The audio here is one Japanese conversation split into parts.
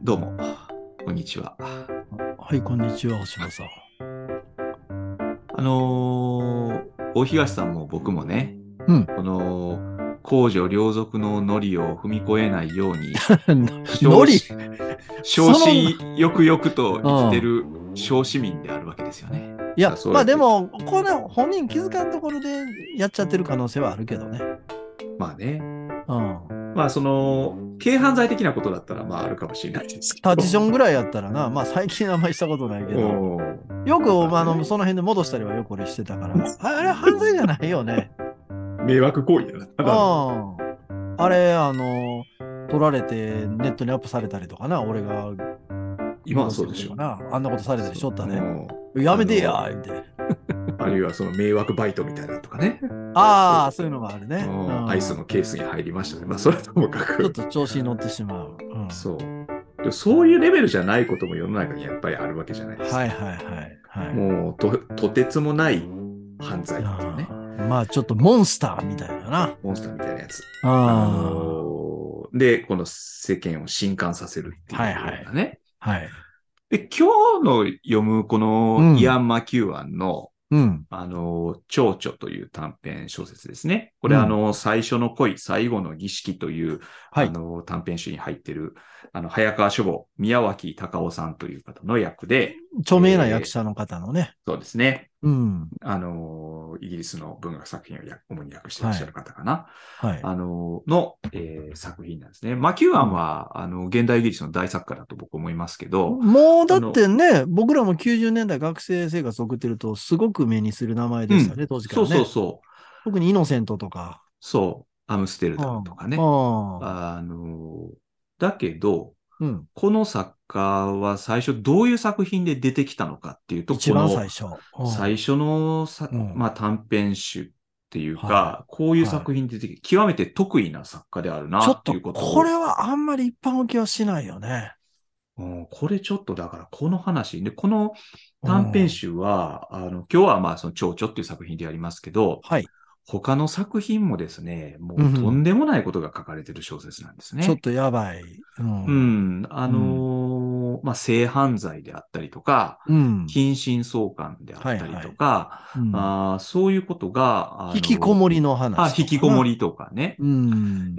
どうも、こんにちは。 はい、こんにちは、星野さん。 大東さんも僕もね、 うん。 この公序良俗のノリを踏み越えないように、 ノリ、 小し小その、 心よくよくと生きてうん。 る小市民であるわけですよね。 いや、 そうやって、 まあでも、これ本人気づかんところでやっちゃってる可能性はあるけどね。 まあね、 うん。 まあ軽犯罪的なことだったらまああるかもしれないですけタジショど、 ンぐらいやったらな、まあ最近あんまりしたことないけど、 およく、 だからね、 その辺で戻したりはよく俺してたから、あれは犯罪じゃないよね。 迷惑行為だな、たうだの。 ん。あれ、撮られてネットにアップされたりとかな、俺が今は戻しそうでしょう。 てるとかな、あんなことされたりしとったで。 もやめてや、言うて。 あるいはその迷惑バイトみたいなのとかね。 ああ、そういうのがあるね。うアイスん。 のケースに入りましたね。まあ、それはともかく、 ちょっと調子に乗ってしまう。うん。 そう。でそういうレベルじゃないことも世の中にやっぱりあるわけじゃないですか。 はいはいはいはい。 もうとてつもない犯罪っていうね。 まあちょっとモンスターみたいなな。 モンスターみたいなやつ。 あで、この世間を震撼させるってあ、はいいうはい。 ようなね。 はい。 で、今日の読むこうん。 のイアン・マキューアンのうん。 蝶々という短編小説ですね。これうん。 最初の恋、最後の儀式という、 はい。 短編集に入っている、早川書房、宮脇隆夫さんという方の役で、 著名な役者の方のね。 そうですね。 うん。 イギリスの文学作品を主に訳していらっしゃるはい。 方かな。 はい。 作品なんですね。マキューアうん。 ンは、現代イギリスの大作家だと僕思いますけど、 もうだっあの、 てね、僕らも90年代学生生活を送ってると、すごく目にする名前うん、 でしたね、当時かそうそうらね。 そう、 特にイノセントとか。 そう、アムステルダムとうん。 かね。 うん。 あの、だけど、 うん。 この作家は最初どういう作品で出てきたのかっていうと、 一この番最初。 最初のうん。 まあ、短編集っていうはい。 か、こういうはい。 作品で出てきて、極めて得意な作家であるなちょっと、 っていうことを、 これはあんまり一般受けはしないよね。 これちょっとだからこの話で、このうん。 短編集は、今日はまあその蝶々っていう作品でやりますけど、 はい。 他の作品もですね、もうとんうん。 でもないことが書かれている小説なんですね。 ちょっとやばい。ううん。 ん、 うん。 まあ、性犯罪であったりとか、 うん。 近親相関であったりはいはい。 とか、 うん。 そういうことが、 引きこもりの引話とかな。 きこもりとかね、 うん。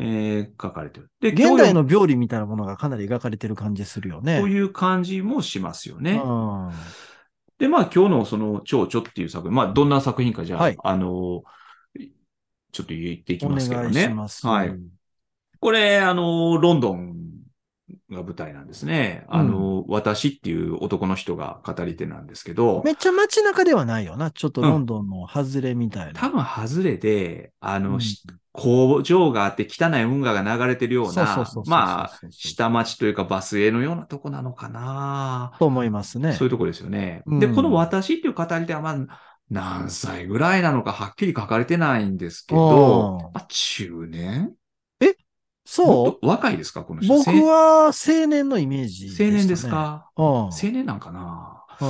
書かれてる。で、 現代の今日読む、 病理みたいなものがかなり描かれてる感じするよね。 という感じもしますようね。 ん。 で、まあ、今日のその、蝶々っていう作品、まあ、どんな作品かじゃあ、 はい。 ちょっと言っていきおますけど願いしね。 ます。 はい。これ、ロンドンが舞台なんですね。 うん。 私っていう男の人が語り手なんですけど、 めっちゃ街中ではないよな。ちょっとうん。 ロンドンの外れみたいな。 多分外れで、 うん。 工場があって汚い運河が流れてるようそうそうな、 そうそうそうまあ、 そうそう。 下町というかバス停のようなとこなのかな。 と思いますね。 そういうとこですよね。 うで、このん。 私っていう語り手は、まあ、何歳ぐらいなのかはっきり書かれてないんですうけど、 ん。 まあ、中年え、 もっとそう若いですかこの人。 僕は青年のイメージで青年でしたね。 すかうん。 青年なんかな。 うん。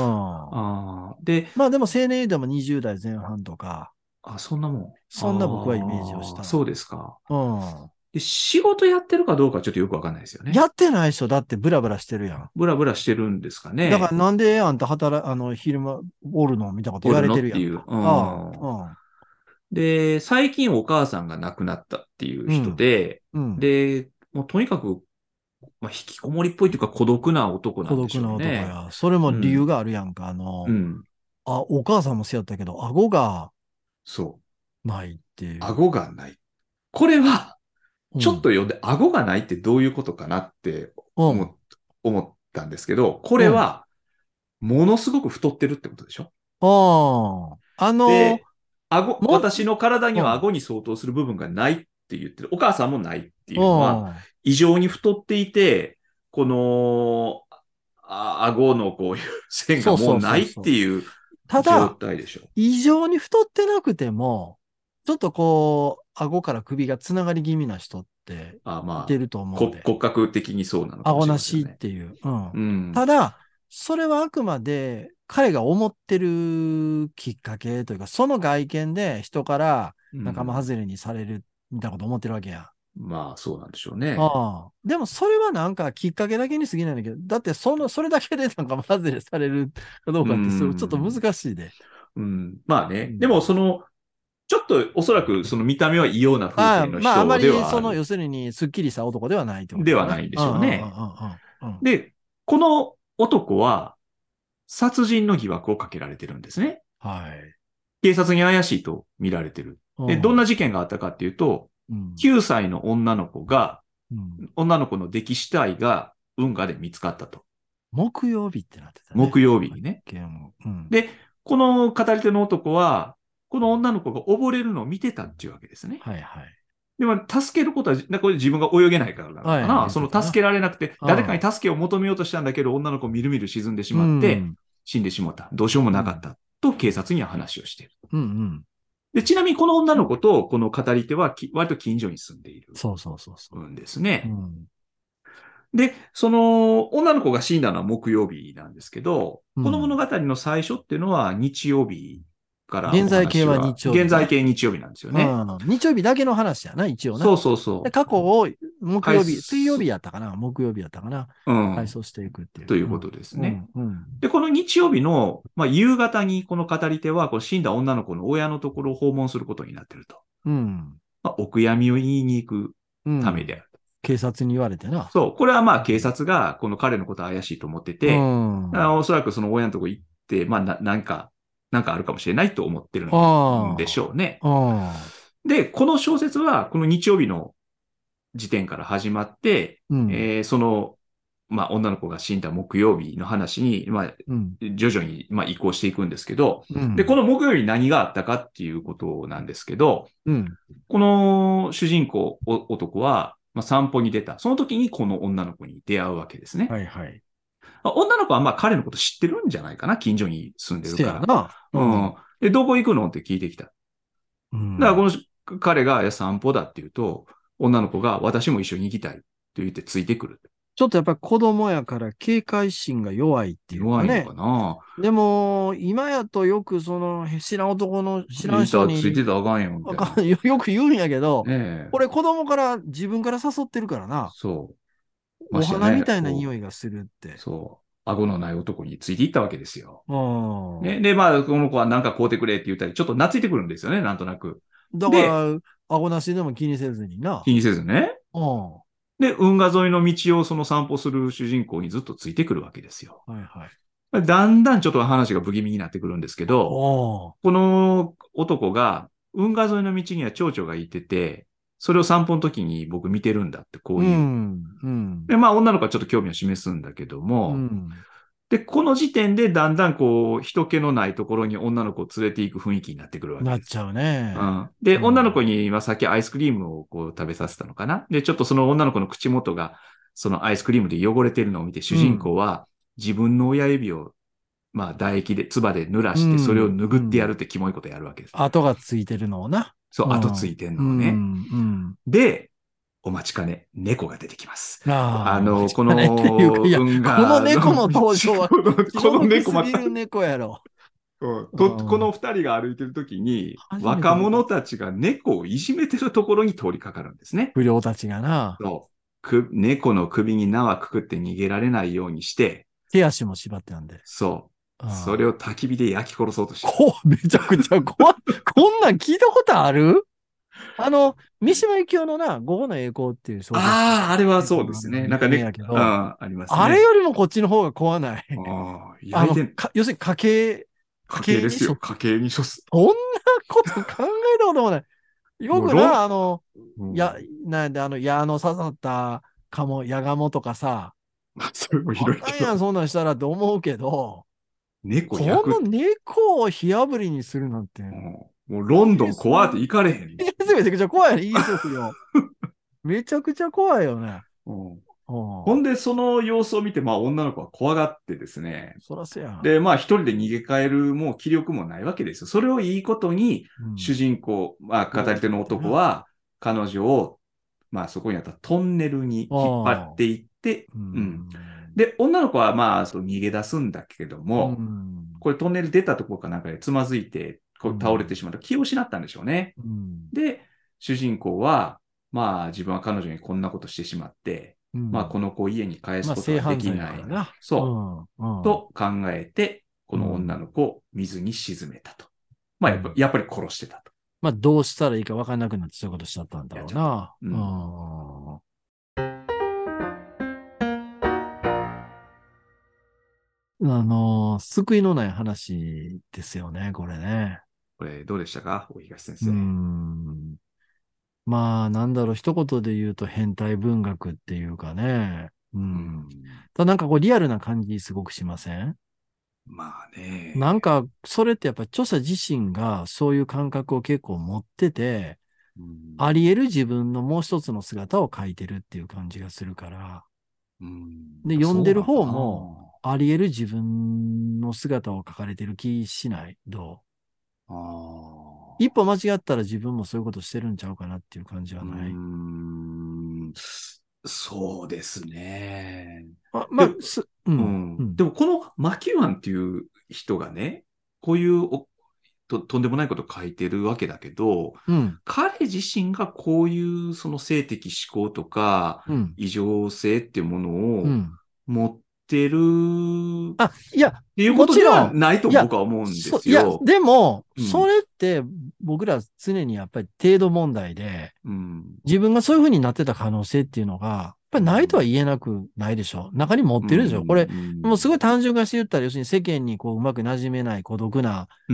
で、 まあでも青年でも20代前半とか、 そんなもん。 そんな僕はイメージをしたそうな。 ですか。 うん。 で、仕事やってるかどうかちょっとよくわかんないですよね。 やってない人だってブラブラしてるやん。 ブラブラしてるんですかね。 だからなんであんた昼間おるのみたいなこと言わおるれてるやんのっていう。 か。ああ、うん。 で、最近お母さんが亡くなったっていう人うん。 で、 うん。 で、もうとにかく、まあ、引きこもりっぽいというか孤独な男なんでしょう孤独な男ね。 や。それも理由うん。 があるやんか。 うん。 お母さんもそうやったけど、顎がそう。 ないっていう。 顎がない。これは、ちょっうん。 と読んで、顎がないってどういうことかなってうん。 思ったんですけど、こうん。 れは、ものすごく太ってるってことでしょ。 ああ。 で、 も、 私の体にうん。 は顎に相当する部分がないって言ってる。お母さんもないってういうのは、 ん。 異常に太っていて、この、顎のこういう線がそうそうもうないっそうそう。 ていう状ただ、 態でしょ。 異常に太ってなくても、ちょっとこう、顎から首がつながり気味な人っていてまあ、 ると思うで。 骨格的にそうなのかもしれ顎なませんね。 しっていう。うん。 うん。 ただ、それはあくまで彼が思ってるきっかけというか、その外見で人からう仲間ん。 外れにされるみたいなこと思ってるわけや。 まあ、そうなんでしょうね。 ああ。でもそれはなんかきっかけだけに過ぎないんだけど、だってそれだけでなんかマジでされるかどううかって、それちょっとん。 難しいで。 うん。まあね。でうん。 も、ちょっとおそらくその見た目は異様な風ああ、 景のまああんま人でりはある。 要するにスッキリした男ではないってことだな。 ではないんでうんうんうんしょうね。 うんうんうん。 で、この男は殺人の疑惑をかけられてるんですね。 はい。 警察に怪しいと見られてる。で、どんうん。 な事件があったかっていうと、 うん。 9歳の女の子が、 うん。 女の子の溺死体が運河で見つかったと。 木曜日ってなってたね。 木曜日はい。 にね。 ゲーム。うん。 で、この語り手の男は、この女の子が溺れるのを見てたっていうわけですね。 はいはい。 でも、助けることは、これ自分が泳げないからなのはい、 かな。 言ってたな。 助けられなくて、誰かにうん。 助けを求めようとしたんだけど、女の子みるみる沈んでしうまって、 ん。 死んでしまった。どうしようもうん。 なかった。と警察には話をしている。 うんうん。 で、ちなみにこの女の子とこの語り手は割と近所に住んでいるそうそうそうそんですう。うね。 ん。 で、その女の子が死んだのは木曜日なんですけど、この物うん。 語の最初っていうのは日曜日からお現在形は話は、現在日曜日ね。 形日曜日なんですようね。 ん。日曜日だけの話やな、一応な。 そうそうで、 そ過去をう。はい、 木曜日、水曜日やったかな、木曜日やったかな、 うん。 回想していくっていう。 ということうん。 ですね。 うん。うん。 で、この日曜日の、夕方にこの語り手は、この死んだ女の子の親のところを訪問することになっていると。 うん。 お悔やみを言いに行くうん。 ためである。 警察に言われてな。 そう。これは警察がこの彼のことを怪しいと思ってうて、 ん。 おそらくその親のとこ行って、なんかあるかもしれないと思ってるんでしあょうね。 あ。ああ。 で、この小説はこの日曜日の時点から始まって、 うん。 女の子が死んだ木曜日の話に、 うん。 徐々に、移行していくんですけど、で、こうん。 の木曜日に何があったかっていうことなんですけど、 うん。 この主人公、男は、散歩に出た。その時にこの女の子に出会うわけですね。 はいはい。 女の子は彼のこと知ってるんじゃないかな。近所に住んでるせから。 やな。ううん。 ん。 で、どこ行くのって聞いてきた。だかうらこん。 の彼が散歩だって言うと、女の子が私も一緒に行きたいと言ってついてくる。 ちょっとやっぱり子供やから警戒心が弱いっていう弱いのかね。 かな。 でも、今やとよくその知らん男の知らんいた、つい人にてたらあかんよ、みたいな。 よく言うんやけど、 ねえ。 これ子供から自分から誘ってるからな。 そう。まおしてやね、 花みたいな匂いがするって。 そう。顎のない男についていったわけですよ。 うん。 ね。で、この子はなんか買うてくれって言ったり、ちょっと懐いてくるんですよね、なんとなく。 だかで、 ら、顎なしでも気にせずにな。 気にせずね。 うん。はで、運河沿いの道をその散歩する主人公にずっとついてくるわけですよ。 いはい。 だんだんちょっと話が不気味になってくるんですけど、 おー。 この男が運河沿いの道には蝶々がいてて、それを散歩の時に僕見てるんだってこうういう。 ん。うん。 で、女の子はちょっと興味を示すんだけどうも、 ん。 で、この時点でだんだん人気のないところに女の子を連れて行く雰囲気になってくるわけです。 なっちゃうね。 うん。で、 うん。 女の子に今さっきアイスクリームを食べさせたのかな。で、ちょっとその女の子の口元がそのアイスクリームで汚れてるのを見て主人公うん。 は自分の親指を唾液で、唾で濡らうしてそれをん。 拭ってやるってキモいことやるわけです。 跡がついてるのをな。 そう、 うん。 後ついてんうのをね。 ん。うん。 で、お待ちかね、猫が出てきます。 ああ、間違こいないっていうか、いや、 の運この河の猫の道、 登場は気この毒の猫また、 すぎる猫やろ。うこのん。 二人が歩いてるときに、 初めて見た。 若者たちが猫をいじめてるところに通りかかるんですね。 不良たちがな、 そう。猫の首に縄くくって逃げられないようにして、 手足も縛ってたんで。 そう。それああ。 を焚き火で焼き殺そうとしてる。 めちゃくちゃ怖い。こんなん聞いたことある？三島由紀夫のな、午後の栄光っていう小説ああ、あれはそうですね。 結構なんかね、 有名やけど、 ありますね。 あれよりもこっちの方が怖ない。 ああ、焼いてん、 要するに家家系ですよ。 計に家系に処す。 そんなこと考えたこともない。よもう、 くな、 うん。 なんで、矢の刺さったヤガモとかさ、 それもひあどいけど、 かんやん、そんなんしたらって思うけど、 猫焼く。 この猫を火炙りにするなんて、 うん、もうロンドンイギリス、 怖って行かれへん。 イギリスめちゃくちゃ怖いね、イギリス不良。めちゃくちゃ怖いよね。 うん、 うん。 ほんで、その様子を見て、女の子は怖がってですね。 そらせやん。 で、一人で逃げ帰る、もう気力もないわけですよ。それをいいことに、主うん。 人公、語り手の追いかけてな。 男は、彼女を、そこにあったトンネルに引っ張ああ。 っていって、 ううん。 ん。 で、女の子は、そう逃げ出すんだけどうも、 ん。 これトンネル出たところかなんかでつまずいて、 う倒れてん。 しまった。気を失ったんでしょうね。 うん。 で、主人公は、 まあ自分は彼女にこんなことしてしまって、まあうん。 この子を家に帰すまあ、 ことはで性犯罪やきない。 からな。うそん。うう。 ん。 と考えて、この女うん。 の子を水に沈めたと。まあうん。 やっぱり殺してたと。 まあ、どうしたらいいか分かんなくなってそういうことしちゃったんだろうやっちゃった。 な。ううん。 ん。救いのない話ですよね、これね。 これどうでしたか大東先うー生。 ん。まあ、なんだろう、一言で言うと変態文学っていうかね。ううん。 ん。 ただなんかこうリアルな感じすごくしません？ まあね。 なんか、それってやっぱ著者自身がそういう感覚を結構持ってて、 うん。 あり得る自分のもう一つの姿を描いてるっていう感じがするから、 うん。 で、読んでるそうなんか方も、 な。 あり得る自分の姿を描かれてる気しない？どあう？一歩あ。 間違ったら自分もそういうことしてるんちゃうかなっていう感じはうーない？ ん。そうですね。 まあ、 でも、 うん、ううん。 ん、 でも、このマキュアンっていう人がね、こういうとんでもないことを書いてるわけだけど、 うん、 彼自身がこういうその性的思考とかうん、 異常性っていうものをうん。 持ってるっあ、いや、 ていうことではもちろん、 ないといや、 僕は思うんでいや、 すよ。 でも、 うん。 それって僕ら常にやっぱり程度問題で、 うん。 自分がそういう風になってた可能性っていうのが、やっぱりないとはうん。 言えなくないでしょ。中に持っうてるでしょ。これ、もうすん。 ごい単純化して言ったら、要するに世間にこううまく馴染めない孤独な、 うん。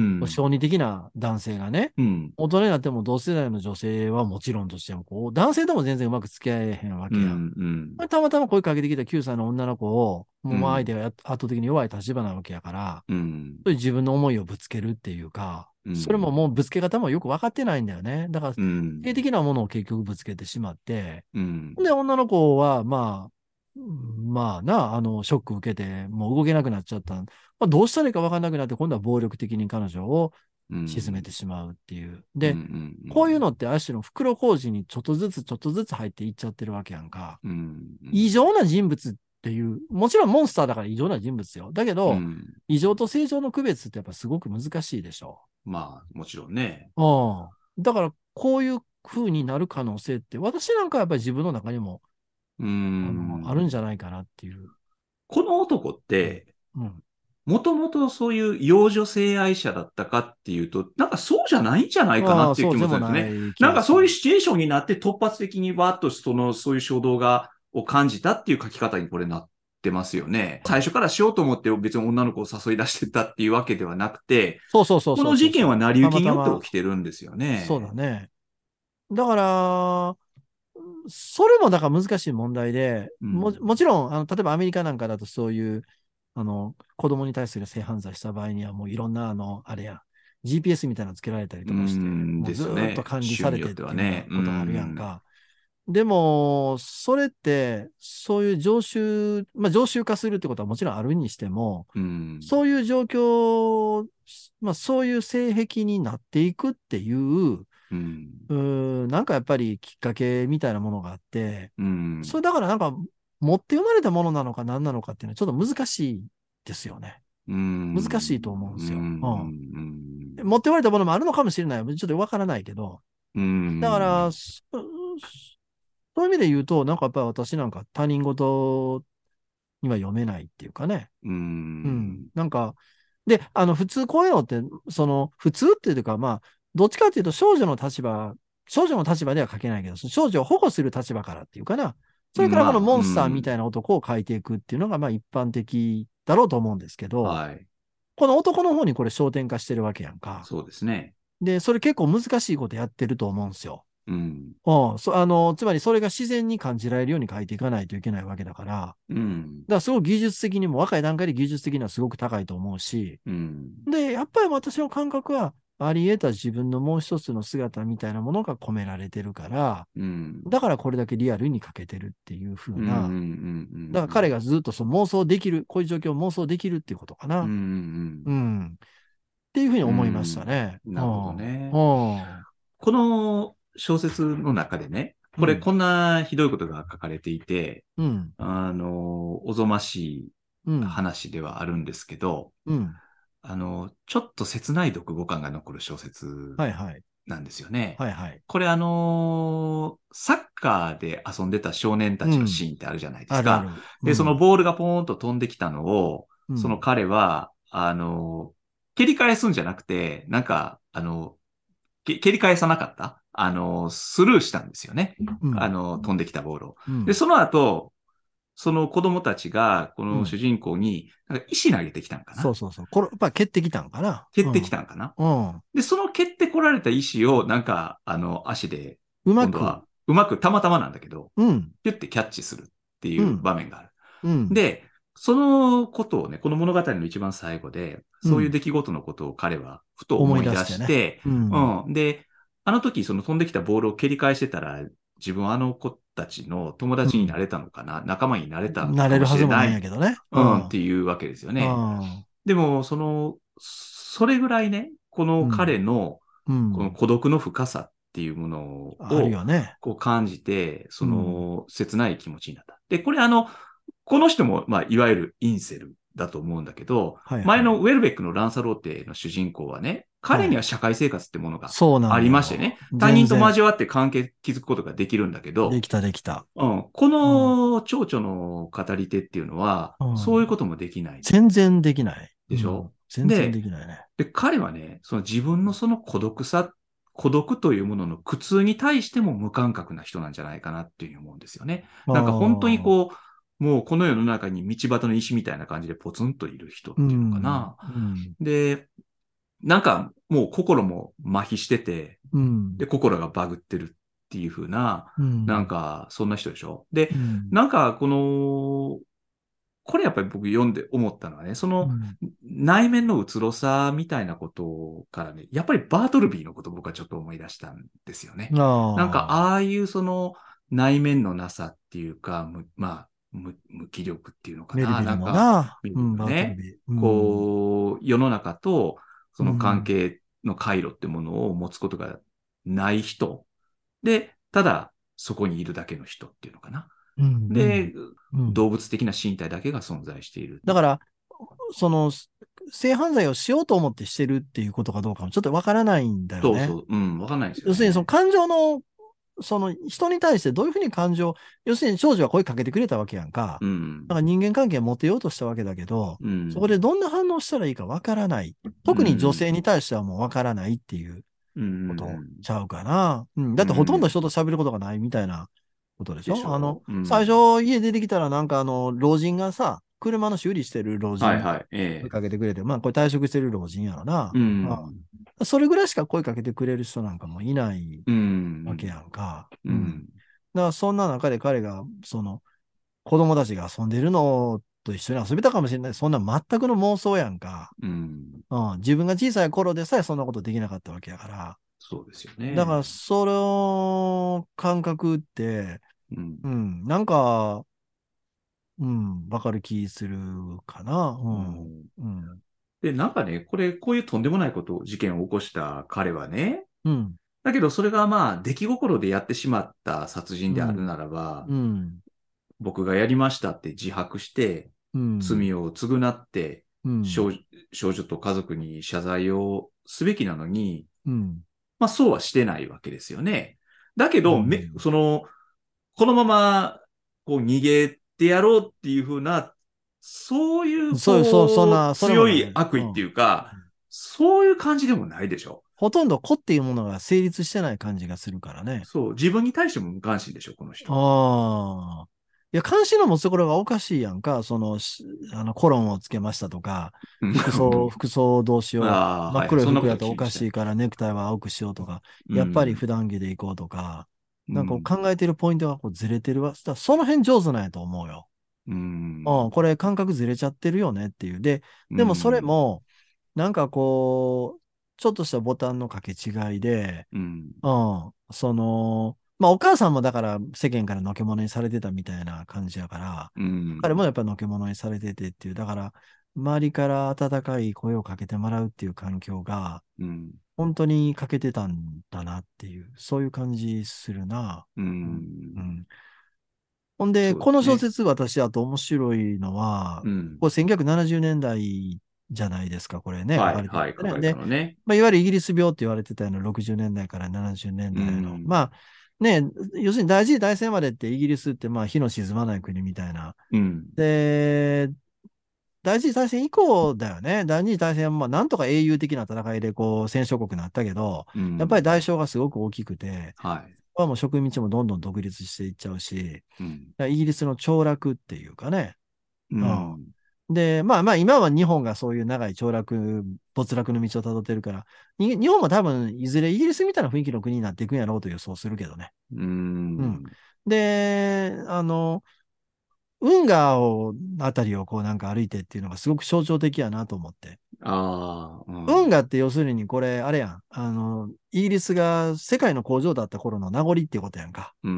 小児的な男性がね、 うん。 大人になっても同世代の女性はもちろんとしても、こう、男性とも全然うまく付き合えへんわけやん。 うん。うん。 たまたま声かけてきた9歳の女の子を、もうまあ相うん。 手が圧倒的に弱い立場なわけやから、 うん。 そういう自分の思いをぶつけるっていうか、 うん。 それももうぶつけ方もよく分かってないんだよね。だから、 うん。 性的なものを結局ぶつけてしまって、 うん。 で、女の子は、まあな、ショック受けて、もう動けなくなっちゃった。まあ、どうしたらいいか分かんなくなって、今度は暴力的に彼女をうん。 沈めてしまうっていう。 うん。うで、こういうん。 のってある種の袋小路にちょっとずつちょっとずつ入っていっちゃってるわけやんか。 うん。 異常な人物っていう、もちろんモンスターだから異常な人物よ。だけど、 うん。 異常と正常の区別ってやっぱすごく難しいでしょ。 まあ、もちろんね。 うん。だから、こういう風になる可能性って、私なんかはやっぱり自分の中にも、 うあるんじん。 ゃないかなっていう。 この男っうん。 て、 うん。 もともとそういう幼女性愛者だったかっていうと、なんかそうじゃないんじゃないかなああ、 っていう気そうでももするんですね。 ない気なんかそういうがする。 シチュエーションになって突発的にわーっとそういう衝動を感じたっていう書き方にこれなってますよね。最初からしようと思って別に女の子を誘い出してたっていうわけではなくて、 そうそうそうこの事件はそうそうそう。た成り行きによってまたま、 起きてるんですよそうだね。 ね。だから、それもだから難しい問題で、 うん。 もちろん、例えばアメリカなんかだとそういう、子供に対する性犯罪した場合にはもういろんな、あれや、GPS みたいなのつけられたりうとかして、 んでもうずすよね。 ーっと管理州によされてっってはね。 ていうようなうことがあるやんん。 か。でも、それって、そういう常習化するってことはもちろんあるにしても、 うん。 そういう状況、そういう性癖になっていくっていう、 うん。 なんかやっぱりきっかけみたいなものがあって、 うん。 それだからなんか持って生まれたものなのか何なのかっていうのはちょっと難しいですよね。 う難しいとん。 思うんでうすよ。 ん。 持って生まれたものもあるのかもしれない。ちょっとわからないけど。 うだから、 ん。 そういう意味で言うと、なんかやっぱり私なんか他人事には読めないっていうかね。 ううん。 ん。 なんか、で、普通こういうのって、普通っていうか、まあ、どっちかっていうと少女の立場では書けないけど、少女を保護する立場からっていうかな。それからこのまあ、うモンスターみたん。 いな男を書いていくっていうのが、まあ一般的だろうと思うんですけど、 はい。 この男の方にこれ焦点化してるわけやんか。 そうですね。 で、それ結構難しいことやってると思うんですよ。 うん。 うん、つまりそれが自然に感じられるように書いていかないといけないわけだから、 うん。 すごい技術的にも若い段階で技術的にはすごく高いと思うし、 うん。 で、やっぱり私の感覚は、あり得た自分のもう一つの姿みたいなものが込められてるから、 うん。 だからこれだけリアルに書けてるっていう風うん。うな、だから彼ん。 がずっとその妄想できる、こういう状況を妄想できるっていうことかうん。 な。ううんん。っていうふうにう思いましたん。 ね。うなるほどん。 ね。 うん。 この小説の中でね、 うん。 こんなひどいことが書かれていて、 うん。 おぞましいうん。 話ではあるんですけど、 うん。 ちょっと切ない読後感が残る小説はいはい。 なんですよね。 はいはい。 これサッカーで遊んでた少年たちのシーンってあるじゃないですか。 あるある。 で、そのボールがポーンと飛んできたのを、そのうん。 彼は、蹴り返すんじゃなくて、なんか、蹴り返さなかった。スルーしたんですよね。 うん。 飛んできたボールを。で、 うん。 その後、その子供たちが、こうん。 の主人公に、なんか石投げてきたんかな。 そうそうそう。これ、やっぱ蹴ってきたんかな。 蹴ってきうん。 たんかな。 うん。 で、その蹴ってこられた石を、なんか、足で、 うまく。 今度は、うまくたまたまなんだけど、 うん。 ピュッてキャッチするっていううん。 場面がある。 うん。 で、そのことをね、この物語の一番最後で、そういううん。 出来事のことを彼はふと思い思い出出してね。 して、 うん。 うん。で、あの時その飛んできたボールを蹴り返してたら、自分はあの子たちの友うん。 達になれたのかな、仲間になれたなれかもるはずもないんしれない、 やけどね。ううん、っん。 ていうわけですようね。 ん。 でも、それぐらいね、このうん。 彼の、 うん。 この孤独の深さっていうものあるを、 よね。 こう感じて、 うん。 切ない気持ちになった。で、これこの人も、まあ、いわゆるインセルだと思うんだけど、前はいはい。 のウェルベックのランサローテの主人公はね、彼はい。 には社会生活ってものがそうなあのよ。 りましてね、他人と全然。 交わって関係築くことができるんだけど、 できたできた。 うん、こうん。 の蝶々の語り手っていうのは、 うん。 そういうこともできない全然できない。うん。 でしょ。 全然でで、 きないね。 彼はね、その自分のその孤独というものの苦痛に対しても無感覚な人なんじゃないかなっていうふうに思うんですよね。 あなんか本当にあ。 もうこの世の中に道端の石みたいな感じでポツンといる人っうていうのかん。 な。 うん。 で、なんかもう心も麻痺してて、 うん。 で、心がバグってるっていう風な、 うん。 なんかそんな人でしょ。で、 うん。 なんかこれやっぱり僕読んで思ったのはね、そのうん。 内面のうつろさみたいなことからね、やっぱりバートルビーのことを僕はちょっと思い出したんですよね。なんかああ。 ああいうその内面のなさっていうか、まあ、無気力っていうのかな。 メルビルなんか、 もな。 見うん。 るね、 バートルビー。うん。 世の中とそうの関ん。 係の回路ってものを持つことがない人で、ただそこにいるだけの人っていうのかな。 うん。うん。 で、 うん。 動物的な身体だけが存在している。 だから、その、性犯罪をしようと思ってしてるっていうことかどうかもちょっとわからないんだよね。 そうそう、うん、わかんないですよ要するにそのね。 感情の、その人に対してどういうふうに要するに少女は声かけてくれたわけやんか。 うん、 だから人間関係を持てようとしたわけだけど、 うん、 そこでどんな反応したらいいかわからない。 う特に女ん、 性に対してはもうわからないっていううことん、 ちゃうかな。うん。 うだってほとんどん、 人と喋ることがないみたいなことでしでしょ。 ょう。うん。 最初家出てきたらなんか老人がさ、車の修理してる老人がはいはい、え声え。 かけてくれて、まあこれ退職してる老人やろな。 うあん、 それぐらいしか声かけてくれる人なんかもいないうわけん、 やんか。うん。 うん、 だからそんな中で彼が、その子供たちが遊んでるのと一緒に遊べたかもしれない。そんな全くの妄想やんか。 うん。 うん。自分が小さい頃でさえそんなことできなかったわけやから。 そうですよだから、 ね。 その感覚って、 うん。 うん、なんか、うん、わかる気するかな。ううん、 んうん、 で、なんかね、こういうとんでもない事件を起こした彼はね、 うん、 だけどそれがまあ、出来心でやってしまった殺人であるうん、 ならば、 うん、 僕がやりましたって自白して、 うん、 罪を償って、 うん、 少女と家族に謝罪をすべきなのに、 うん、 まあそうはしてないわけですよね。だけど、 うん。 このまま、逃げてやろうっていう風な、そういう、 そんな、それも強ない。 い悪意ってうん。 いうか、そういう感じでもないでしょ。 ほとんど子っていうものが成立してない感じがするからね。 そう、自分に対しても無関心でしょ、この人。 ああ。いや、関心の持つところがおかしいやんか。コロンをつけましたとか、 うん服装どうしよう。 ああ、 真っはいはい。そんなことは黒い服やとお気にしてない。 かしいからネクタイは青くしようとか、 うやっぱりん、 普段着で行こうとか、なんかこううん、 考えてるポイントがこうずれてるわ。だからその辺上手なんやと思うよ。 ううん、 ん、 これ感覚ずれちゃってるよねっていう。 うでもそれん、 も、なんかこう、ちょっとしたボタンの掛け違いで、 うん、 うん。まあお母さんもだから世間からのけ者にされてたみたいな感じやから、 うん、 彼もやっぱのけ者にされててっていう、だから周りから温かい声をかけてもらうっていう環境がうん、 本当に欠けてたんだなっていう、そういう感じするな。 ううん。うん、 ん。ほんで、この小そうですね。 説私あと面白いのは、 うん。 これ1970年代じゃないですか、これね、書はい、 かれてるはい、書かね。 れたで、 のね。 まあ、いわゆるイギリス病って言われてたような60年代から70年う代の、まん、 あ、 ね、要するに第一次大戦までってイギリスってまあ火の沈まない国みたいな。 うん。 で、第一次大戦以降だよね。第二次大戦はまあなんとか英雄的な戦いでこう戦勝国になったけど、 うん。 やっぱり代償がすごく大きくて、 はい。 もう植民地もどんどん独立していっちゃうし、 うん。 イギリスの凋落っていうかね。 ううん。 ん。 で、まあまあ今は日本がそういう長い凋落、没落の道をたどってるから、日本も多分いずれイギリスみたいな雰囲気の国になっていくんやろうと予想するけどね。 ううん。 ん。 で、運河あたりをこうなんか歩いてっていうのがすごく象徴的やなと思って。 ああ、うん。 運河って要するにこれ、あれやん。イギリスが世界の工場だった頃の名残っていうことやんか。 うん。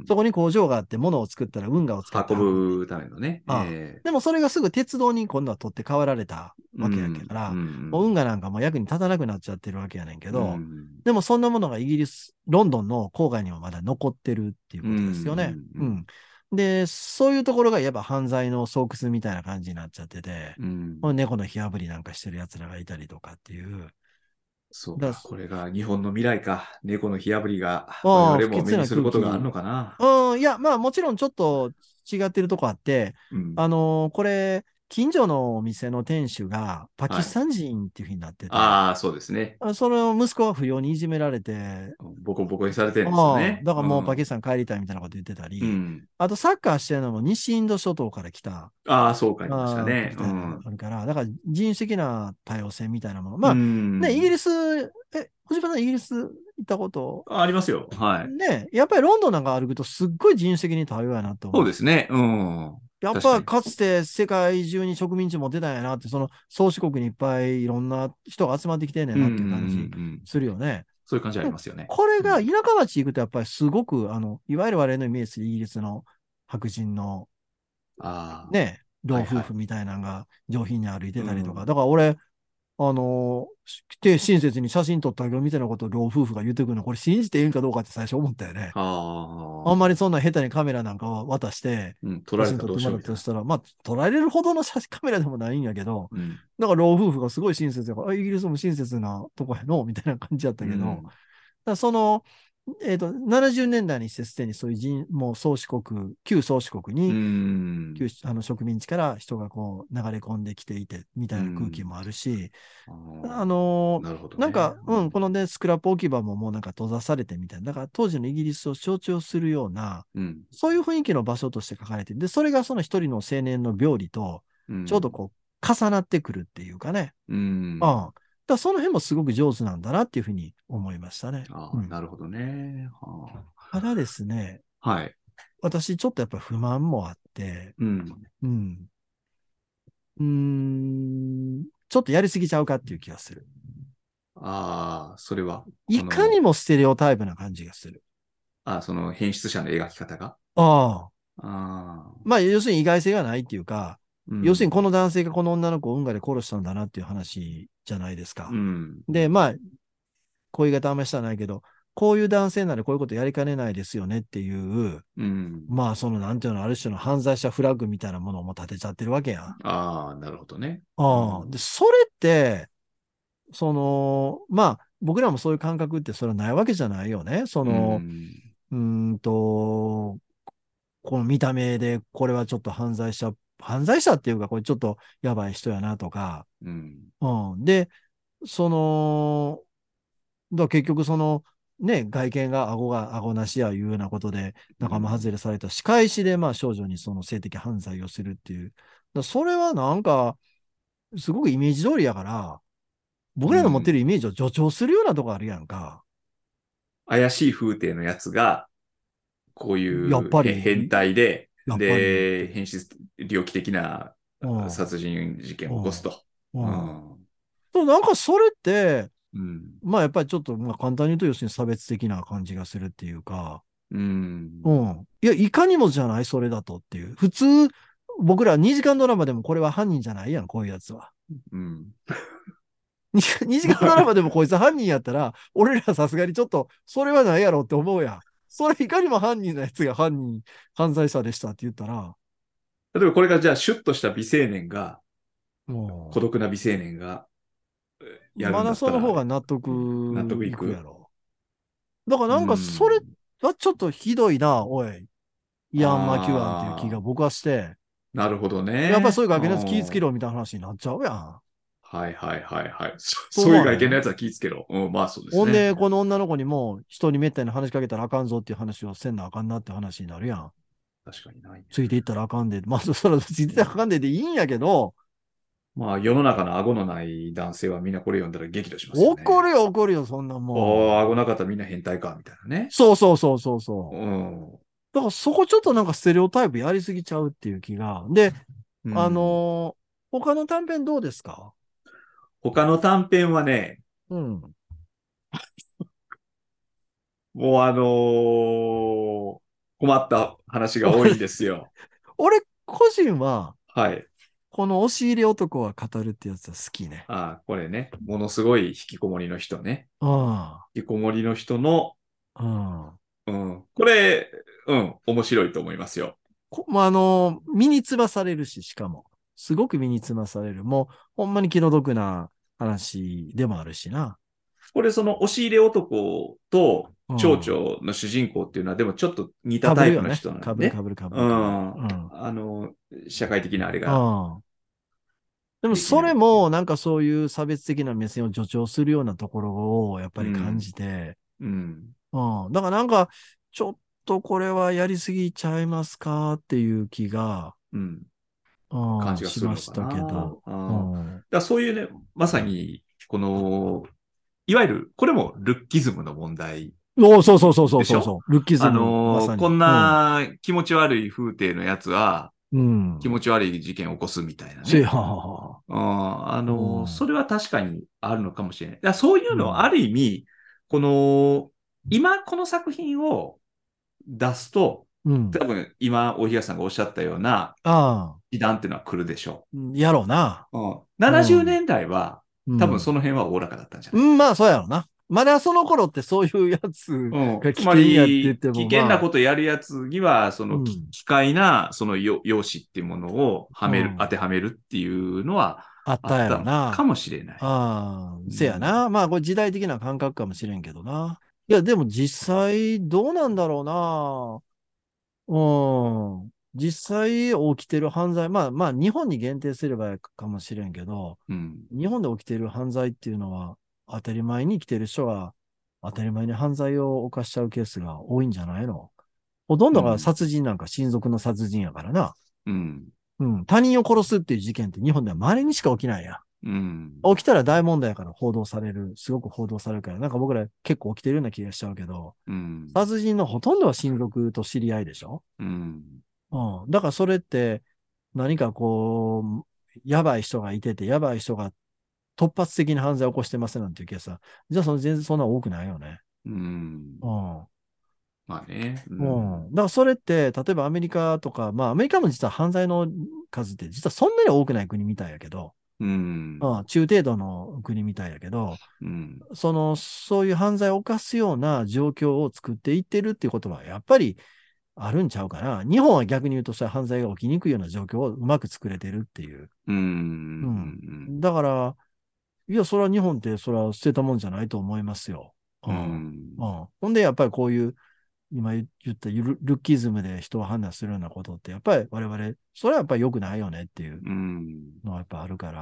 そこに工場があって物を作ったら運河を使って運運んで。 ぶためのね。 ああ。でもそれがすぐ鉄道に今度は取って代わられたうわけやかん。うら、もう運ん。 河なんかもう役に立たなくなっちゃってるわけやねんけうど、 ん。 でもそんなものがイギリス、ロンドンの郊外にはまだ残ってるっていううん。うことですよね。うん。 ん。で、そういうところがいわば犯罪の巣窟みたいな感じになっちゃってて、 うん。 この猫の火あぶりなんかしてる奴らがいたりとかっていう。だそうか。これが日本の未来か。猫の火あぶりが我不潔な 々も目にすることがある空気。 のかな。 うん、いや、まあもちろんちょっと違ってるとこあって、 うん。 これ、近所のお店の店主がパキはい。 スタン人っていうふうになってて、 ああ、そうですね。 その息子は不良にいじめられて、 ボコボコにされてるんですよね。 だからもうパキうん。 スタン帰りたいみたいなこと言ってたり、 うん。 あとサッカーしてるのも西インド諸島から来た、 ああ、そうか、ありましたね。 みたいなのがうん。 あるから、だから人種的な多様性みたいなもの。 うまあ、ね、イギん。 リス、藤原さんイギリス行ったことありますよ。はい。 ね、やっぱりロンドンなんか歩くとすっごい人種的に多様やなと思う。 そうですね。うん。 やっ確かに。 ぱかつて世界中に植民地持ってたんやなって、その宗主国にいっぱいいろんな人が集まってきてんねんうん。うん。 なっていう感じうん。 するよね。 そういう感じあでもりますよね。 これうん。 が田舎町行くとやっぱりすごく、いわゆる我々のイメージするイギリスの白人のあね、 あ、 老はいはい。 夫婦みたいなのが上品に歩いてたりとか。 うん。 だから俺、来て親切に写真撮ってあげるみたいなことを老夫婦が言ってくるの、これ信じていいんかどうかって最初思ったよね。 ああんまあ、 りそんな下手にカメラなんかを渡して、 うん。取ら写れたらどう真撮ってもらしようみたいな。 ったとしたら、まあ、撮られるほどのカメラでもないんやけど、 うん。 だから老夫婦がすごい親切だから、イギリスも親切なとこやの、みたいな感じやったけど、 うん。 その、70年代にしてすでにそういうもう宗主国、旧宗主国うに、 ん。 植民地から人がこう流れ込んできていて、みうたいな空気ん。 もあるし、 あああ、 のなるほどね。 なんか、このね、スクラップ置き場ももうなんか閉ざされてみたいな、だから当時のイギリスを象徴するような、 うん。 そういう雰囲気の場所として書かれている。で、それがその一人の青年の病理と、 うん。 ちょうどこう、重なってくるっていうかね。 ううん。 ん。 その辺もすごく上手なんだなっていうふうに思いましたね。うああ、 ん。 なるほどね。はただですね、 あ、はい。 私ちょっとやっぱ不満もあって、 うん。 うん。ちょっとやりすぎちゃうかっていう気がする。 ああ、それは、 いかにもステレオタイプな感じがする。 その変質者の描き方が。 ああ。 ああ、 まあ、要するに意外性がないっていうか、 うん。 要するにこの男性がこの女の子を運河で殺したんだなっていう話じゃないですうか。 ん。うで、 ん。 まあ、こういう言い方あんまりしたらないけど、こういう男性ならこういうことやりかねないですよねっていう、 うん。 まあ、その、なんていうの、ある種の犯罪者フラッグみたいなものも立てちゃってるわけやん。 ああ、なるほどね。うああ。で、 ん。 それって、まあ、僕らもそういう感覚ってそれはないわけじゃないよね。 うん。 うーんと、この見た目で、これはちょっと犯罪者っていうか、これちょっとやばい人やなとか、 うん。 うん。で、その、結局ね、外見が顎なしやいうようなことで仲間外れされた仕返しで、まあ少女にその性的犯罪をするっていう。それはなんか、すごくイメージ通りやから、僕らの持ってうん。 るイメージを助長するようなとこあるやんか。 怪しい風景のやつが、こうやっいうぱり、 変態で、 やっぱりって。 で、変質猟奇的なうん、 殺人事件を起こすうん、 と。ううん。 ん。 なんかそれって、 うん。 まあやっぱりちょっと、まあ簡単に言うと要するに差別的な感じがするっていうか、 うん。 うん。いや、いかにもじゃないそれだとっていう。普通、僕ら2時間ドラマでもこれは犯人じゃないやん、こういうやつは。 うん。 2時間ドラマまあ、 でもこいつ犯人やったら、俺らさすがにちょっと、それはないやろって思うやん。それいかにも犯人のやつが犯罪者でしたって言ったら、 例えばこれがじゃあシュッとした美青年が、孤も独な美青年がう、 やるんだまだそのったらあれ、 方が納納得得いくやいく。 ろ。だからうなんかそれっん。 ちょっとひどいな、おい。イアン・マキュアンっていう気がああ、 僕はして、 なるほどやっぱりそうね。 いう外見のやつ気ぃつけうん。 ろみたいな話になっちゃうやん。 はいはいはいはい。 そうそういう思わへん？ 外見のやつは気ぃつけろ。うん、まあそうですね。 ほんで、この女の子にも人にめったに話しかけたらあかんぞっていう話をせんなあかんなって話になるやん。 確かにないね。 ついていったらあかんで。まあ、それはついていったらあかんでいいんやけど、 まあ世の中の顎のない男性はみんなこれ読んだら激怒しますよね。 怒るよ、怒るよ、そんなもん。 ああ、顎なかったらみんな変態か、みたいなね。 そうそうそうそううそう。 ん。 だからそこちょっとなんかステレオタイプやりすぎちゃうっていう気が。で、 うん。 他の短編どうですか？ 他の短編はね、 うん。 もう困った話が多いん俺、 ですよ。 俺個人は、 はい。 この押し入れ男は語るってやつは好きね。 ああ、これね、ものすごい引きこもりの人ね。 うん。 引きこもりの人の、 うん。 うん。これ、うん、面白いと思いますよ。 まあ、身につまされるし、しかも。すごく身につまされる。もう、ほんまに気の毒な話でもあるしな。 これ、その押し入れ男と蝶うん。 々の主人公っていうのは、でもちょっと似たかぶタイプるよね。 の人なんでね。 かぶるかぶるかぶうるかぶる。 ん。 うん。 社会的なあれうがん。でもできそれないっていう。 もなんかそういう差別的な目線を助長するようなところをやっぱり感うん。 じて、 うん。 うん。だからなんか、ちょっとこれはやりすぎちゃいますかっていう気が、 うん。感うん、 じがしするのかな。 ましたけど、うだかん。 らそういうね、まさに、この、いわゆる、これもルッキズムの問題そうそうそうそでしょ？ うそうそう。ルッキズム、まさに。 こんうん。 な気持ち悪い風景のやつは、 うん。 気持ち悪い事件を起こすみたいなせや、 ね。 ははは。うそん。 れは確かにあるのかもしれない。だからそういうのをあうん。 る意味、この、今この作品を出すと、 うん。 多分今、大東さんがおっしゃったようなああ、 時短っていうのは来るでしょやろうな。 う。 う 70年ん。 代は、多分そうん。 の辺はおおらかだったんじゃないかうん、まあ、そうやろうな。まだその頃ってそういうやつな。うん。 が危つま険やって言っり、 ても、 危険なまあ、 ことやるやつには、そのうん。 機械な、その用紙っていうものをう当てん。 はめるっていうのはあったやあったのかろな。 もしれない。 ああ、 うん。 せやな。まあ、これ時代的な感覚かもしれんけどな。いや、でも実際どうなんだろうな。うん。実際起きてる犯罪、まあまあ、日本に限定すればかもしれんけど、 うん。 日本で起きてる犯罪っていうのは、当たり前に生きてる人が当たり前に犯罪を犯しちゃうケースが多いんじゃないの？ほとんどがうん。 殺人なんか親族の殺人やからな。 うん。 うん。他人を殺すっていう事件って日本では稀にしか起きないや。 うん。 起きたら大問題やから報道される。すごく報道されるから、なんか僕ら結構起きてるような気がしちゃうけど、 うん。 殺人のほとんどは親族と知り合いでしょ？ うん。 うん。だからそれって何かこう、やばい人がいてて、やばい人が突発的に犯罪を起こしてますなんていうケースは、じゃあ全然そんな多くないよね。 うん。 うん。 まあね。ううん。 ん。だからそれって、例えばアメリカとか、まあアメリカも実は犯罪の数って実はそんなに多くない国みたいやけど、 うん。 うん、中程度の国みたいやけど、 うん。 そういう犯罪を犯すような状況を作っていってるっていうことは、やっぱりあるんちゃうかな。日本は逆に言うと、そういう犯罪が起きにくいような状況をうまく作れてるっていう。 ううん。 ん。 だから、いや、それは日本って、それは捨てたもんじゃないと思いますよ。ううん。うん。 ん。 ほんで、やっぱりこういう、今言ったルッキズムで人を判断するようなことって、やっぱり我々、それはやっぱり良くないよねっていううん。 のはやっぱあるから。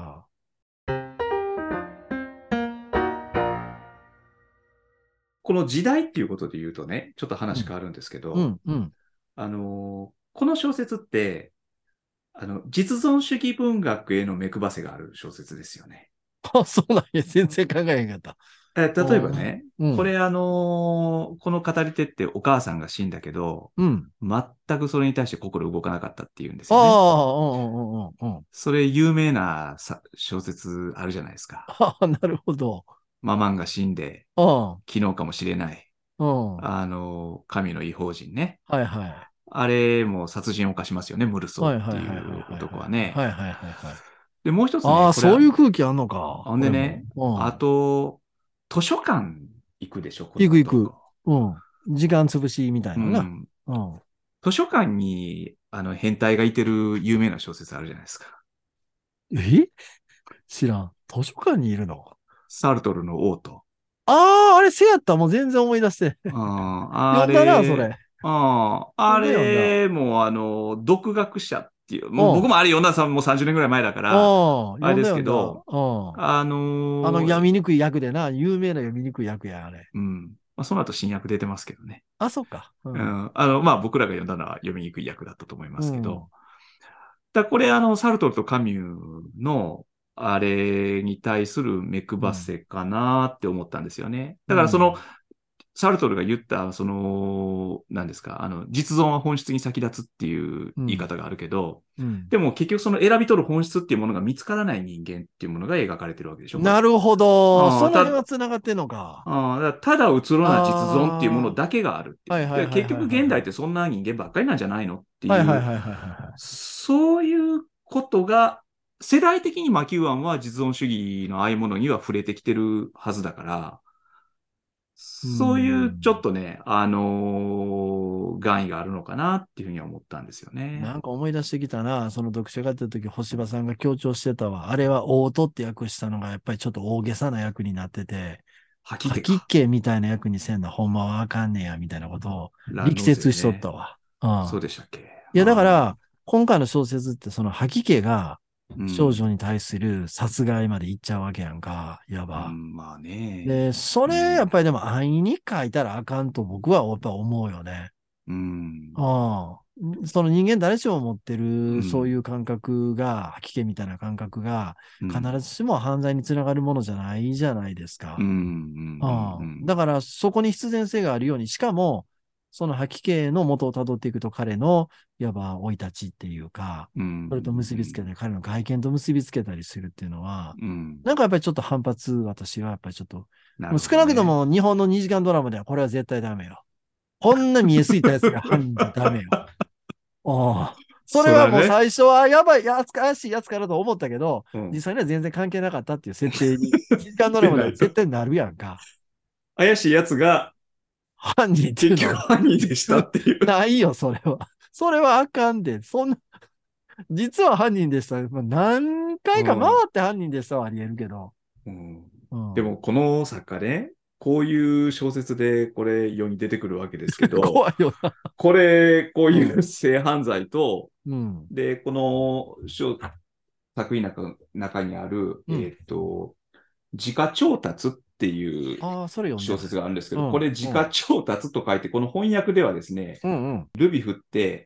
この時代っていうことで言うとね、ちょっとうん。 話変わるんですけど、 うん。うん。 この小説って、実存主義文学への目配せがある小説ですよね。 あ、そうなんや。全然考えへんかった。 例えばね、こうん。 れこの語り手ってお母さんが死んだけど、 うん。 全くそれに対して心動かなかったっていうんですあよね。 あ、うんうんうんうん。 それ有名な小説あるじゃないですか。 ああ、なるほど。 ママンが死んで、 うん。 昨日かもしれない。 うん。は神の異邦人ね。 いはい。 あれも殺人を犯しますよね、ムルソーってはいはいはいはいいうはい男はね。 はい。はいはいはいはい。 で、もう一つね、 ああ、 これは、 そういう空気あんのか。 ほんこれも。 でね、あうん。 と、図書館行くでしょ、こ行く行く。 の男。 うん。時間潰しみたいなな。 うん。 うん。 図書館に、変態がいてる有名な小説あるじゃないですか。 え知らん。図書館にいるの？ サルトルの王と。 ああ、あれせやった。もう全然思い出して。 あ読んだな、それ。 あ全然読んだ。 れも独学者っていう、もう僕うん。 もあれ読んださもう30年ぐらい前だから、 うん。 あれです読んだ読んだ。 けど、 うん。 あ読の、 みにくい役でな、有名な読みにくい役や、あれ。 うん。まあ、その後新訳出てますけどね。 あ、そっか。うん。 うん。まあ僕らが読んだのは読みにくい役だったと思いまうん。 すけど、これサルトルとカミューの、あれに対する目うん。 配せかなって思ったんですよね。だからうん。 サルトルが言った、何ですか、実存は本質に先立つっていううん。 言い方があるけど、 うん。 でも結局その選び取る本質っていうものが見つからない人間っていうものが描かれてるわけでしょ、これ。 なるほど。 ああ、 その辺は繋がってんのか。 ただうつろな実存っていうものあだけがあるっていあ、 う。 はいはいはいで結局はいはいはい。 現代ってそんな人間ばっかりなんじゃないのってはいいう、 はいはいはいはいはい。 そういうことが、世代的にマキューアンは実存主義のああいうものには触れてきてるはずだから、 うそういうちょっん。 とね、願意があるのかなっていうふうには思ったんですよね。 なんか思い出してきたな。その読書がやってた時、星葉さんが強調してたわ。あれは大戸って訳したのが、やっぱりちょっと大げさな役になってて、吐き吐き気か。 気みたいな役にせんな、ほんまはあかんねや、みたいなことをラノ力説しとったゼね。 わ。うん。 そうでしたっけ。 いや、だから、今回の小説ってその吐き気がうん。 少女に対する殺害までいっちゃうわけやんか、いわば。 うん、まあね。 で、それやっうん。 ぱりでも安易に書いたらあかんと僕はやっぱ思うよね。 うん。 ああ。その人間誰しも持ってるそううん。 いう感覚が、吐き気みたいな感覚が必うん。 ずしも犯罪につながるものじゃないじゃないですうん。 か。 うん。うああ。 ん。 だからそこに必然性があるように、しかもその吐き気の元をたどっていくと彼のいわば生い立ちっていうか、 うん。 それと結うん。 びつけたり、彼の外見と結びつけたりするっていうのは、 うん。 なんかやっぱりちょっと反発、私はやっぱりちょっと、 なるほもう少なくとどね。 も日本の2時間ドラマではこれは絶対ダメよ。こんな見えすいたやつが犯人じゃダメよ。ああ。それはもうそらね。 最初はやばいやつか、怪しいやつかなと思ったけど、 うん。 実際には全然関係なかったっていう設定に、2時間ドラマではでないと。 絶対なるやんか。 怪しいやつが犯人ってい結うのは、 局犯人でしたっていう。 ないよ、それは。それはあかんで。そんな、実は犯人でした。まあ、何回か回うん。 って犯人でしたはあり得るけど。 うん。 うん。 でも、この作家ね、こういう小説でこれ世に出てくるわけですけど、 怖いよな。 こううん。 いう性犯罪と、 うん。 で、この作品の中にある、 うん。 自家調達っていうああ、それ読んで小ない。 説があるんですけど、こうん。 れ自家うん。 調達と書いて、この翻訳ではですね、 うん。うん。 ルビ振って、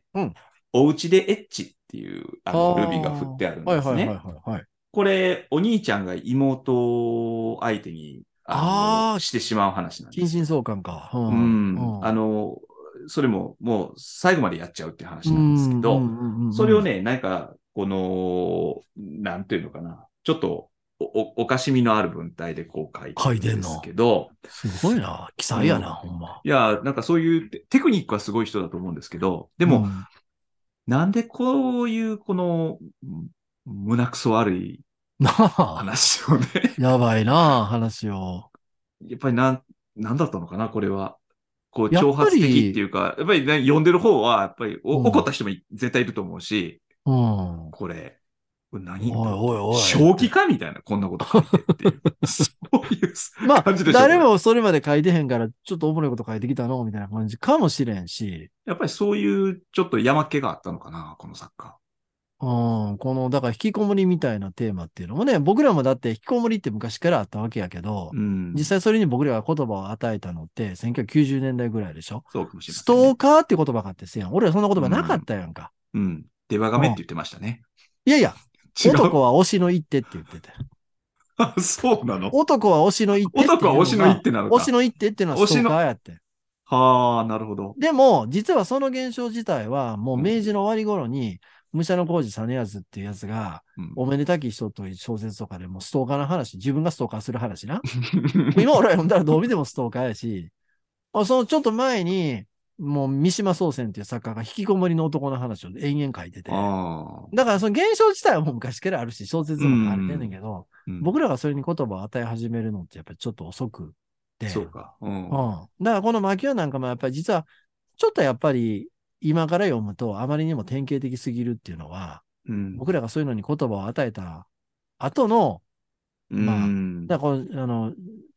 うん。 お家でエッチっていう、 あルビが振っあ。 てあるんはいはいはいですね。 はいはい。 これ、お兄ちゃんが妹相手に、 ああ、 してしまう話なんですよ。 近親相関か。ううん。 ん。 うん。 それももう最後までやっちゃうっていうう話なんですけん。うん。 ど、 うん。うん。 それをね、なんか、なんていうのかな。ちょっとおかしみのある文体でこう書いて書いるんですてんの。 けど、 すごいな。奇うん。 才やな、ほんま。 いや、なんかそういうテクニックはすごい人だと思うんですけど、でも、 うん。 なんでこういうこの胸くそ悪いなあ。 話をね、 やばいな、話を。 やっぱりなんだったのかな、これは。こう、 やっぱ挑発的ってり、 いうか、やっぱりね、読んでる方は、やっぱりうん。 怒った人も絶対いると思うし、 うん。おいこれ、 おいおいっ正気て。 かみたいな、こんなこと書いてっていう。そういうまあ、 感じでしょ、これ。 誰もそれまで書いてへんから、ちょっとおもろいこと書いてきたのみたいな感じかもしれんし。 やっぱりそういうちょっと山っ気があったのかな、この作家。 うん、この、だから引きこもりみたいなテーマっていうのもね、僕らもだって引きこもりって昔からあったわけやけど、 うん。 実際それに僕らが言葉を与えたのって1990年代ぐらいでしょ。 そうかもしれまスせんね。 トーカーって言葉があってせやん。俺らそんな言葉なかっうん。 たやんか。 うん。デバガうん。 メって言ってましたね。 いやいや、 違う。 男は推しの一手って言ってて。 あ、そうなの？ 男は推しの一手って男は推しの一いうのが、 手なのか。 推しの一手っていうのはストー推しの、 カーやって。 はあ、なるほど。 でも、実はその現象自体は、もううん。 明治の終わり頃に、武者小路実康っていうやつが、 うん。 おめでたき人という小説とかでもストーカーの話、自分がストーカーする話な。今俺は読んだらどう見てもストーカーやし、そのちょっと前に、もう三島宗専っていう作家が引きこもりの男の話を延々書いてて、 ああ。 だからその現象自体はもう昔からあるし、小説うでも書かれてんねんん。 けど、 うん。 僕らがそれに言葉を与え始めるのってやっぱりちょっと遅くて、 そうか。うん。 うん。だからこの牧雄なんかもやっぱり実は、ちょっとやっぱり今から読むとあまりにも典型的すぎるっていうのは、 うん。 僕らがそういうのに言葉を与えた後の、 うまあ、 ん。 だからこの、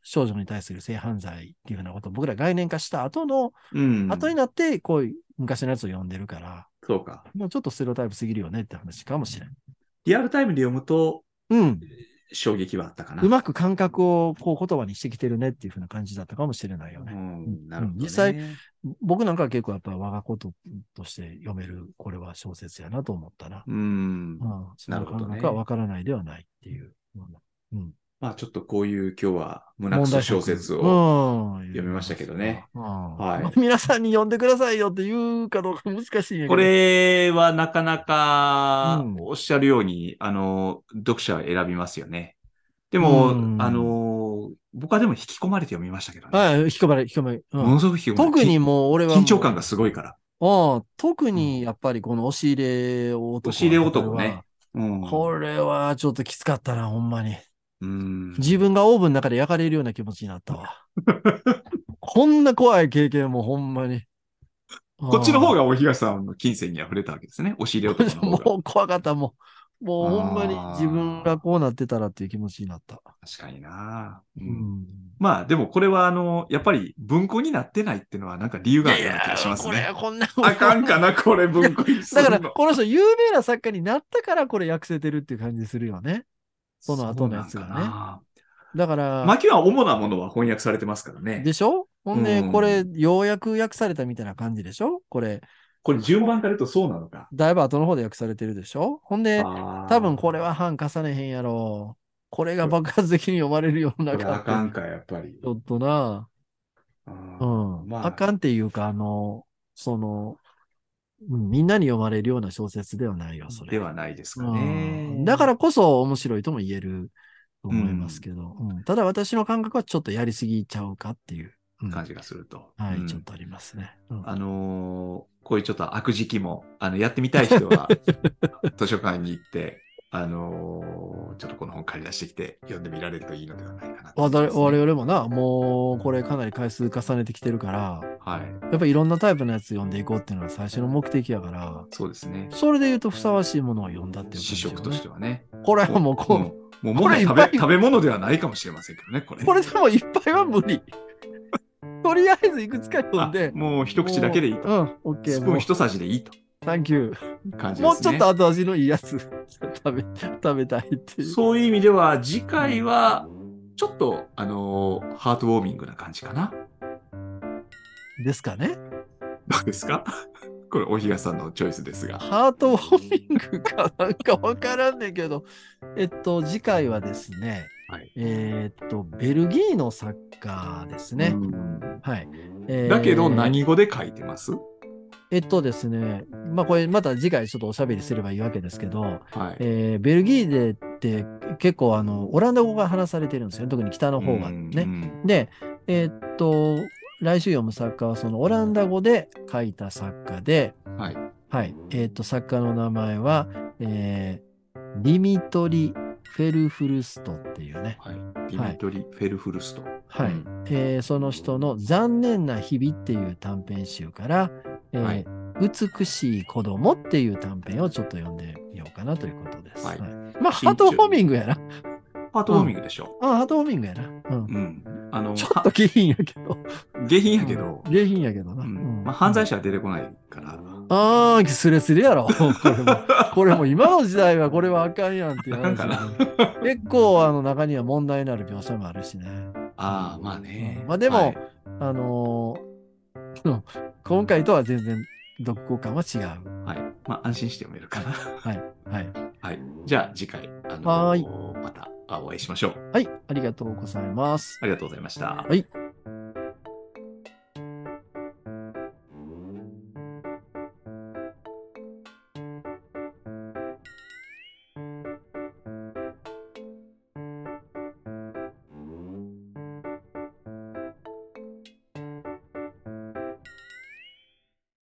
少女に対する性犯罪っていうふうなことを僕ら概念化した後の、 うん。 後になってこういう昔のやつを読んでるから、 そうか。 もうちょっとステレオタイプすぎるよねって話かもしれない。 リアルタイムで読むと、 うん。 衝撃はあったかな。 うまく感覚をこう言葉にしてきてるねっていうふうな感じだったかもしれないよね。 なるほど、ね。 実際、僕なんかは結構やっぱ我がこととして読める、これは小説やなと思ったな。その感覚は分からないではないっていう。 まあちょっとこういう今日は胸クソ小説を読みましたけどね。 はい。皆さんに読んでくださいよって言うかどうか難しいんやけど。 これはなかなかおっしゃるように、読者は選びますよね。でも、僕はでも引き込まれて読みましたけどね。 はい、引き込まれ。 ものすごく引き込まれ。 特にもう俺は。 緊張感がすごいから。 特にやっぱりこの押し入れ男。 押し入れ男ね。 これはちょっときつかったな、ほんまに。自分がオーブンの中で焼かれるような気持ちになったわ。こんな怖い経験もほんまに。 こっちの方が大東さんの金銭に溢れたわけですね。押し入れ男の方が。 もう怖かった、もうほんまに自分がこうなってたらっていう気持ちになった。 確かにな。まあでもこれはやっぱり文庫になってないっていうのはなんか理由があるような気がしますね。 こんなあかんかな、これ文庫にするの。 だからこの人有名な作家になったからこれ訳せてるっていう感じするよね。その後のやつがね。だから。 牧は主なものは翻訳されてますからね。 でしょ？ほんで、これ、ようやく訳されたみたいな感じでしょ？これ順番から言うとそうなのか。 だいぶ後の方で訳されてるでしょ？ほんで、多分これは版重ねへんやろ。これが爆発的に読まれるようなこれあかんか、やっぱり。 ちょっとな。あかんっていうか、みんなに読まれるような小説ではないよ、それ。 ではないですかね。 だからこそ面白いとも言えると思いますけど、ただ私の感覚はちょっとやりすぎちゃうかっていう感じがすると。 はい、ちょっとありますね。 こういうちょっと悪時期も、やってみたい人は、図書館に行って、ちょっとこの本借り出してきて読んでみられるといいのではないかなと、ね。 我々もな、もうこれかなり回数重ねてきてるから、やっぱりいろんなタイプのやつ読んでいこうっていうのが最初の目的やから、 そうですね。 それで言うとふさわしいものを読んだっていう感じ、ね。試食としてはね。 これはもうもうもはや食べ物ではないかもしれませんけどね、これ。 これでもいっぱいは無理。とりあえずいくつか読んで。 もう一口だけでいいと。 OK。 スプーン一さじでいいと。 サンキュー。感じですね。 もうちょっと後味のいいやつ食べたいっていう。 そういう意味では、次回は、ちょっと、ハートウォーミングな感じかな。 ですかね。 どうですか？これ、大東さんのチョイスですが。 ハートウォーミングかなんかわからんねんけど、次回はですね、ベルギーの作家ですね。はい。 だけど、何語で書いてます？ ですね、これまた次回ちょっとおしゃべりすればいいわけですけど、ベルギーでって結構オランダ語が話されてるんですよ。特に北の方はね。で、来週読む作家はそのオランダ語で書いた作家で、作家の名前は、ディミトリ・フェルフルストっていうね。 ディミトリ・フェルフルスト。 その人の残念な日々っていう短編集から、美しい子供っていう短編をちょっと読んでみようかなということです。ハートウォーミングやな。 ハートウォーミングでしょ。 ハートウォーミングやな。ちょっと下品やけど。 下品やけど。 下品やけどな。 犯罪者は出てこないから。 スレスレやろ。これも今の時代はこれはあかんやんっていう話。結構中には問題になる描写もあるしね。 まあね。 でも、今回とは全然読後感は違う。 安心して読めるかな。 はい。 じゃあ次回、またお会いしましょう。 はい。ありがとうございます。 ありがとうございました。 はい。